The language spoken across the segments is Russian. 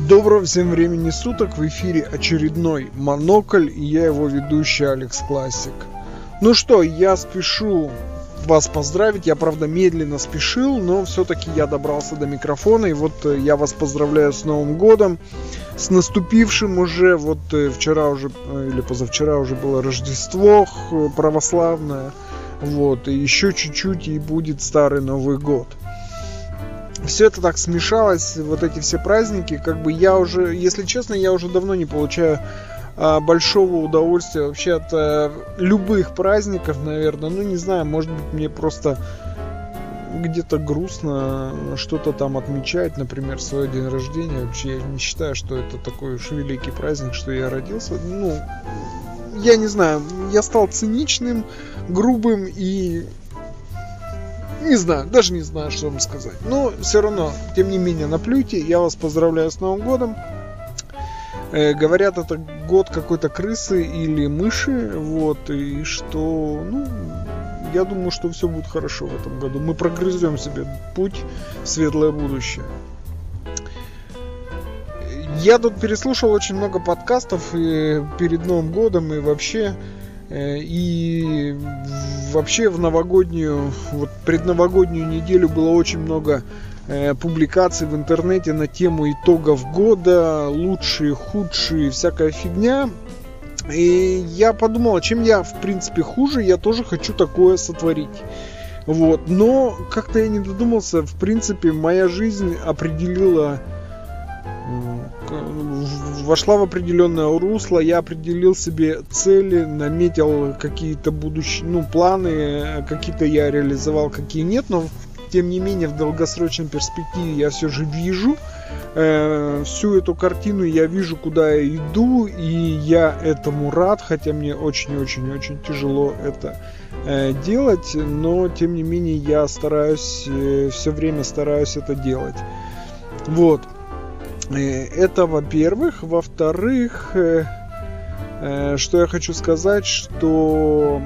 Доброго всем времени суток, в эфире очередной Монокль, и я его ведущий Алекс Классик. Ну что, я спешу вас поздравить, я правда медленно спешил, но все-таки я добрался до микрофона, и вот я вас поздравляю с Новым годом, с наступившим уже, вот вчера уже, или позавчера уже было Рождество православное, вот, и еще чуть-чуть и будет Старый Новый год. Все это так смешалось, вот эти все праздники, как бы я уже, если честно, я уже давно не получаю большого удовольствия вообще от любых праздников, наверное. Ну, не знаю, может быть, мне просто где-то грустно что-то там отмечать, например, свой день рождения. Вообще, я не считаю, что это такой уж великий праздник, что я родился. Ну, я не знаю, я стал циничным, грубым и... Не знаю, даже не знаю, что вам сказать. Но все равно, тем не менее, наплюйте. Я вас поздравляю с Новым годом. Говорят, это год какой-то крысы или мыши. Вот, и что, ну, я думаю, что все будет хорошо в этом году. Мы прогрызем себе путь в светлое будущее. Я тут переслушал очень много подкастов и перед Новым годом, и вообще в новогоднюю, вот предновогоднюю неделю было очень много публикаций в интернете на тему итогов года, лучшие, худшие, всякая фигня. И я подумал, чем я в принципе хуже, я тоже хочу такое сотворить. Вот. Но как-то я не додумался, в принципе, моя жизнь вошла в определенное русло, я определил себе цели, наметил какие-то будущие, планы, какие-то я реализовал, какие нет, но тем не менее в долгосрочной перспективе я все же вижу всю эту картину, я вижу, куда я иду, и я этому рад, хотя мне очень-очень-очень тяжело это делать, но тем не менее я все время стараюсь это делать. Вот. Это, во-первых. Во-вторых, что я хочу сказать, что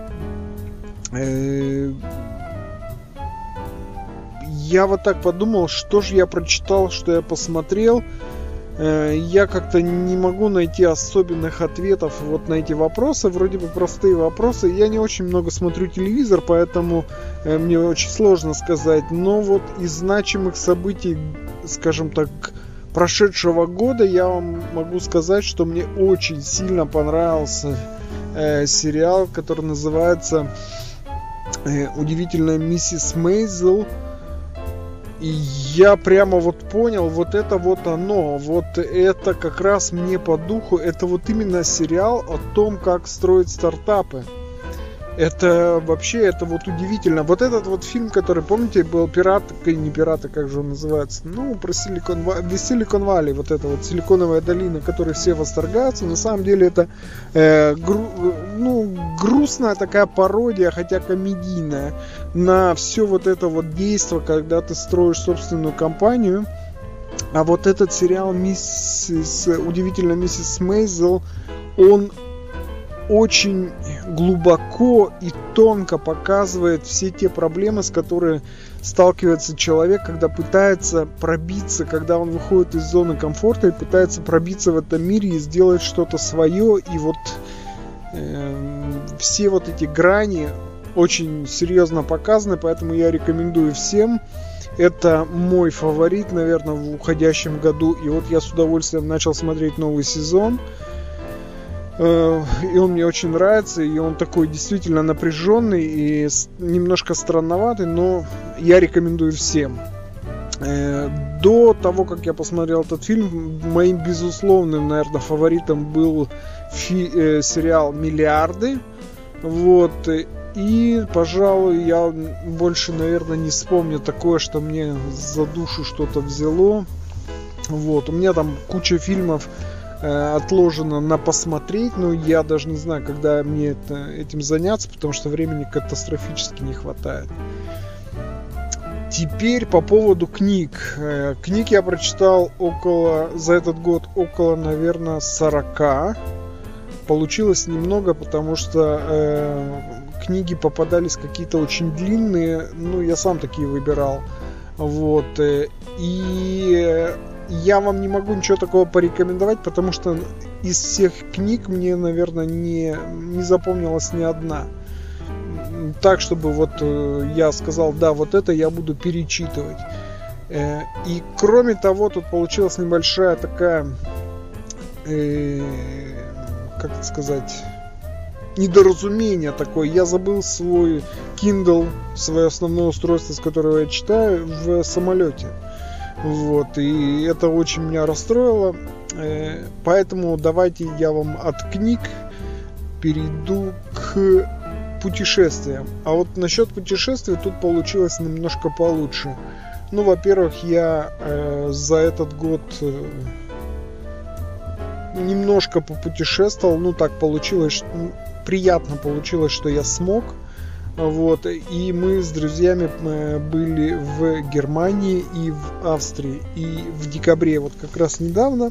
я вот так подумал, что же я прочитал, что я посмотрел. Я как-то не могу найти особенных ответов вот на эти вопросы, вроде бы простые вопросы. Я не очень много смотрю телевизор, поэтому мне очень сложно сказать. Но вот из значимых событий, скажем так, прошедшего года я вам могу сказать, что мне очень сильно понравился сериал, который называется «Удивительная миссис Мейзел». И я прямо вот понял, вот это вот оно, вот это как раз мне по духу, это вот именно сериал о том, как строить стартапы. Это вообще, это вот удивительно. Вот этот вот фильм, который, помните, был не пираты, как же он называется? Ну, про Силикон Валли, вот это вот Силиконовая долина, которой все восторгаются. На самом деле это грустная такая пародия, хотя комедийная, на все вот это вот действо, когда ты строишь собственную компанию. А вот этот сериал «Удивительная миссис Мейзел», он очень глубоко и тонко показывает все те проблемы, с которыми сталкивается человек, когда пытается пробиться, когда он выходит из зоны комфорта и пытается пробиться в этом мире и сделать что-то свое. И вот все вот эти грани очень серьезно показаны, поэтому я рекомендую всем. Это мой фаворит, наверное, в уходящем году. И вот я с удовольствием начал смотреть новый сезон. И он мне очень нравится, и он такой действительно напряженный и немножко странноватый, но я рекомендую всем. До того, как я посмотрел этот фильм, моим безусловным, наверное, фаворитом был сериал «Миллиарды». Вот. И, пожалуй, я больше, наверное, не вспомню такое, что мне за душу что-то взяло. Вот. У меня там куча фильмов отложено на посмотреть, но я даже не знаю, когда мне этим заняться, потому что времени катастрофически не хватает. Теперь по поводу книг. Книг я прочитал за этот год около, наверное, 40. Получилось немного, потому что книги попадались какие-то очень длинные, я сам такие выбирал. Вот. И я вам не могу ничего такого порекомендовать, потому что из всех книг мне, наверное, не запомнилась ни одна. Так, чтобы вот я сказал, да, вот это я буду перечитывать. И кроме того, тут получилась небольшая такая, как это сказать, недоразумение такое. Я забыл свой Kindle, свое основное устройство, с которого я читаю, в самолете. Вот, и это очень меня расстроило. Поэтому давайте я вам от книг перейду к путешествиям. А вот насчет путешествий тут получилось немножко получше. Ну, во-первых, я за этот год немножко попутешествовал. Ну, так получилось, приятно получилось, что я смог. Вот, и мы с друзьями были в Германии и в Австрии. И в декабре, вот как раз недавно,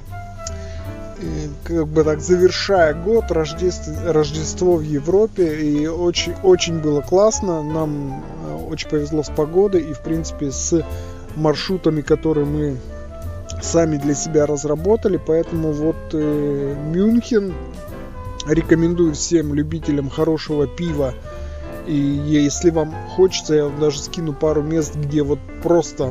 как бы так завершая год, Рождество в Европе, и очень, очень было классно. Нам очень повезло с погодой и, в принципе, с маршрутами, которые мы сами для себя разработали. Поэтому вот Мюнхен рекомендую всем любителям хорошего пива. И если вам хочется, я вам даже скину пару мест, где вот просто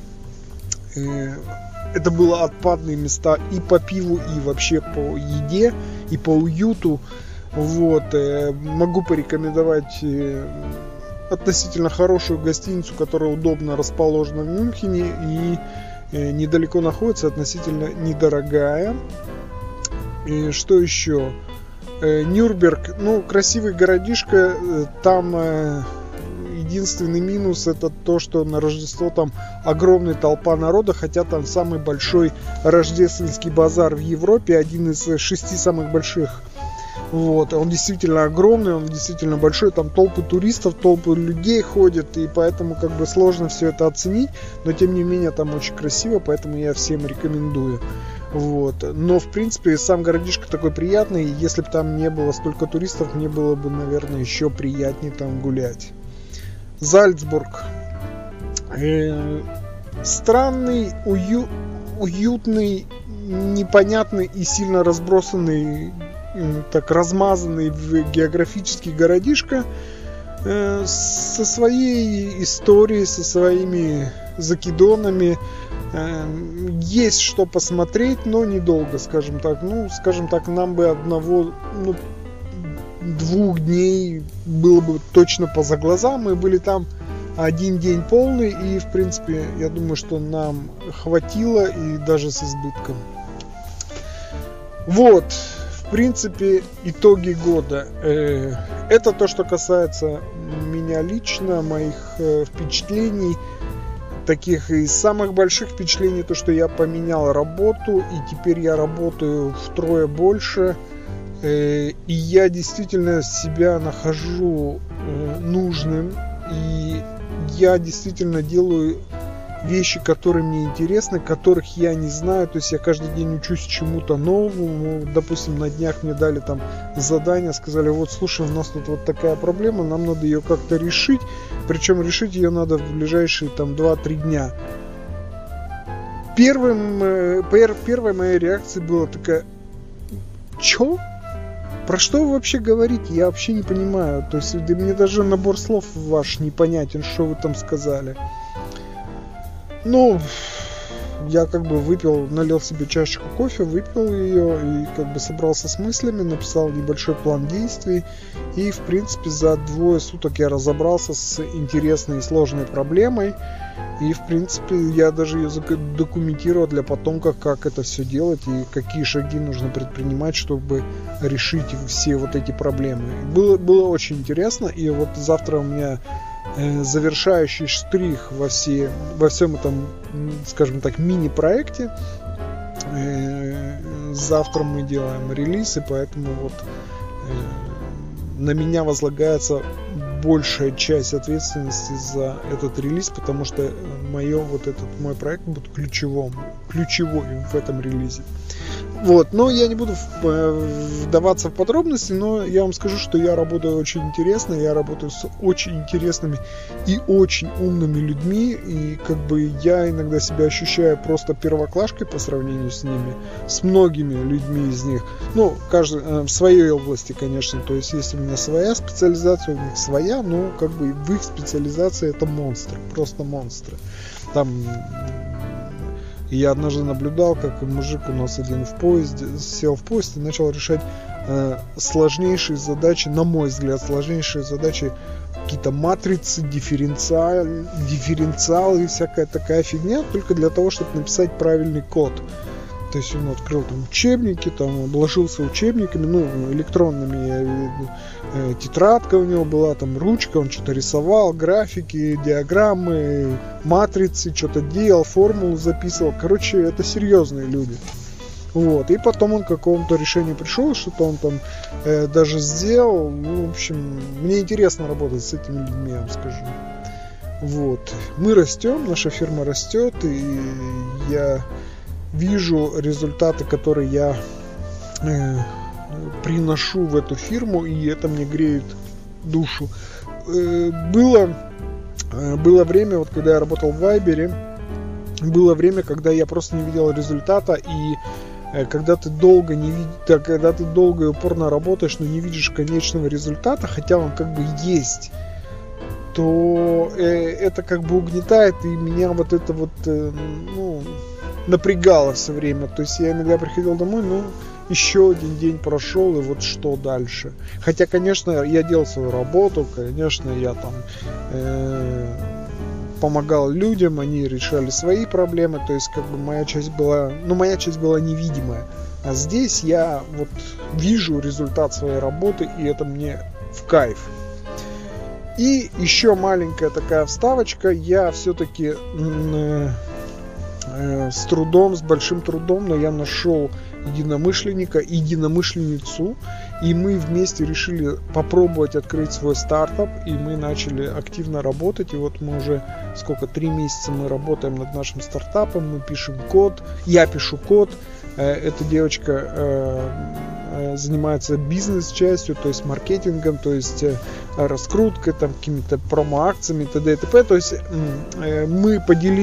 это было отпадные места и по пиву, и вообще по еде, и по уюту. Вот, могу порекомендовать относительно хорошую гостиницу, которая удобно расположена в Мюнхене и недалеко находится, относительно недорогая. И что еще? Нюрнберг, ну, красивый городишко, там единственный минус это то, что на Рождество там огромная толпа народа, хотя там самый большой рождественский базар в Европе, один из 6 самых больших. Вот, он действительно огромный, он действительно большой, там толпы туристов, толпы людей ходят, и поэтому как бы сложно все это оценить, но тем не менее там очень красиво, поэтому я всем рекомендую. Вот. Но в принципе сам городишко такой приятный, если бы там не было столько туристов, мне было бы, наверное, еще приятнее там гулять. Зальцбург. Странный, уютный, непонятный и сильно разбросанный, так размазанный в географический городишко со своей историей, со своими закидонами. Есть что посмотреть, но недолго, скажем так. Ну, скажем так, нам бы 1-2 дней было бы точно поза глаза. Мы были там 1 день полный, и, в принципе, я думаю, что нам хватило, и даже с избытком. Вот, в принципе, итоги года. Это то, что касается меня лично, моих впечатлений. Таких из самых больших впечатлений то, что я поменял работу, и теперь я работаю втрое больше. И я действительно себя нахожу нужным, и я действительно делаю вещи, которые мне интересны, которых я не знаю. То есть я каждый день учусь чему-то новому. Допустим, на днях мне дали там задание, сказали: вот слушай, у нас тут вот такая проблема, нам надо ее как-то решить. Причем решить ее надо в ближайшие там 2-3 дня. Первая моя реакция была такая: чё? Про что вы вообще говорите? Я вообще не понимаю. То есть да мне даже набор слов ваш непонятен, что вы там сказали. Ну, я как бы выпил, налил себе чашечку кофе, выпил ее и как бы собрался с мыслями, написал небольшой план действий. И, в принципе, за 2 суток я разобрался с интересной и сложной проблемой. И, в принципе, я даже ее документировал для потомка, как это все делать и какие шаги нужно предпринимать, чтобы решить все вот эти проблемы. Было очень интересно. И вот завтра у меня завершающий штрих во всем этом, скажем так, мини-проекте. Завтра мы делаем релиз, и поэтому вот на меня возлагается большая часть ответственности за этот релиз, потому что мой проект будет ключевой в этом релизе. Вот, но я не буду вдаваться в подробности, но я вам скажу, что я работаю очень интересно, я работаю с очень интересными и очень умными людьми, и как бы я иногда себя ощущаю просто первоклашкой по сравнению с ними, с многими людьми из них, ну, каждый в своей области, конечно, то есть есть у меня своя специализация, у них своя, но как бы в их специализации это монстры, просто монстры. Там я однажды наблюдал, как мужик у нас один в поезде, сел в поезд и начал решать сложнейшие задачи, на мой взгляд, сложнейшие задачи, какие-то матрицы, дифференциалы и всякая такая фигня, только для того, чтобы написать правильный код. То есть он открыл там учебники, там обложился учебниками, ну, электронными, я имею в виду, тетрадка у него была, там ручка, он что-то рисовал, графики, диаграммы, матрицы, что-то делал, формулу записывал. Короче, это серьезные люди. Вот. И потом он к какому-то решению пришел, что-то он там даже сделал. Ну, в общем, мне интересно работать с этими людьми, я вам скажу. Вот. Мы растем, наша фирма растет, и я вижу результаты, которые я приношу в эту фирму, и это мне греет душу. Было время, вот когда я работал в Вайбере, было время, когда я просто не видел результата, и когда ты долго когда ты долго и упорно работаешь, но не видишь конечного результата, хотя он как бы есть, то это как бы угнетает, и меня вот это вот, напрягало все время. То есть я иногда приходил домой, еще один день прошел, и вот что дальше. Хотя, конечно, я делал свою работу, конечно, я там помогал людям, они решали свои проблемы, то есть как бы моя часть была невидимая. А здесь я вот вижу результат своей работы, и это мне в кайф. И еще маленькая такая вставочка, я все-таки с большим трудом, но я нашел единомышленницу, и мы вместе решили попробовать открыть свой стартап, и мы начали активно работать, и вот мы уже 3 месяца мы работаем над нашим стартапом, мы пишем код, я пишу код, эта девочка занимается бизнес-частью, то есть маркетингом, то есть раскруткой, там, какими-то промо-акциями, т.д. и т.п. То есть мы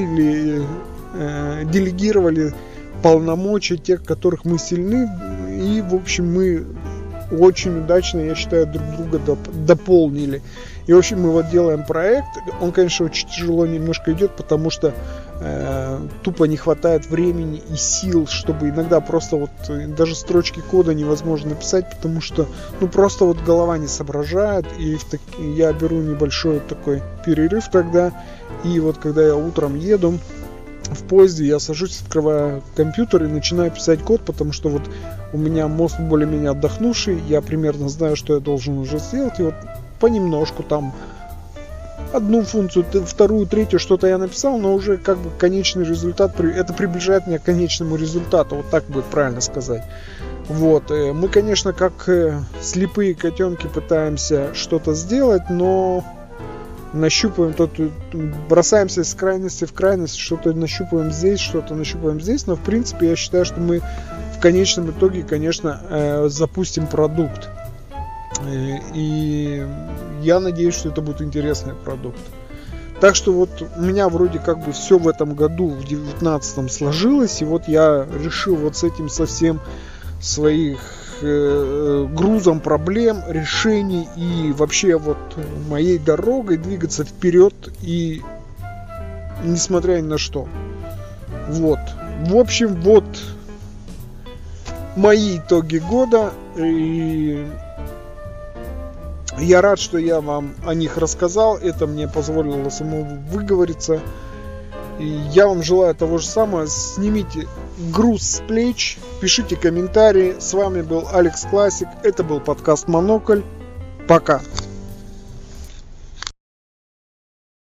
делегировали полномочия тех, которых мы сильны, и, в общем, мы очень удачно, я считаю, друг друга дополнили. И, в общем, мы вот делаем проект. Он, конечно, очень тяжело немножко идет, потому что тупо не хватает времени и сил, чтобы иногда просто вот даже строчки кода невозможно написать, потому что просто вот голова не соображает. И я беру небольшой такой перерыв тогда, и вот когда я утром еду в поезде, я сажусь, открываю компьютер и начинаю писать код, потому что вот у меня мозг более-менее отдохнувший, я примерно знаю, что я должен уже сделать, и вот понемножку там одну функцию, вторую, третью что-то я написал, но уже как бы конечный результат, это приближает меня к конечному результату, вот так будет правильно сказать. Вот, мы, конечно, как слепые котенки пытаемся что-то сделать, но нащупываем, бросаемся из крайности в крайность, что-то нащупываем здесь, но в принципе я считаю, что мы в конечном итоге, конечно, запустим продукт. И я надеюсь, что это будет интересный продукт. Так что вот у меня вроде как бы все в этом году, в 2019 сложилось, и вот я решил вот с этим совсем своих грузом проблем, решений и вообще вот моей дорогой двигаться вперед, и несмотря ни на что. Вот. В общем, вот мои итоги года, и я рад, что я вам о них рассказал. Это мне позволило самому выговориться. И я вам желаю того же самого. Снимите груз с плеч, пишите комментарии. С вами был Алекс Классик. Это был подкаст Монокль. Пока.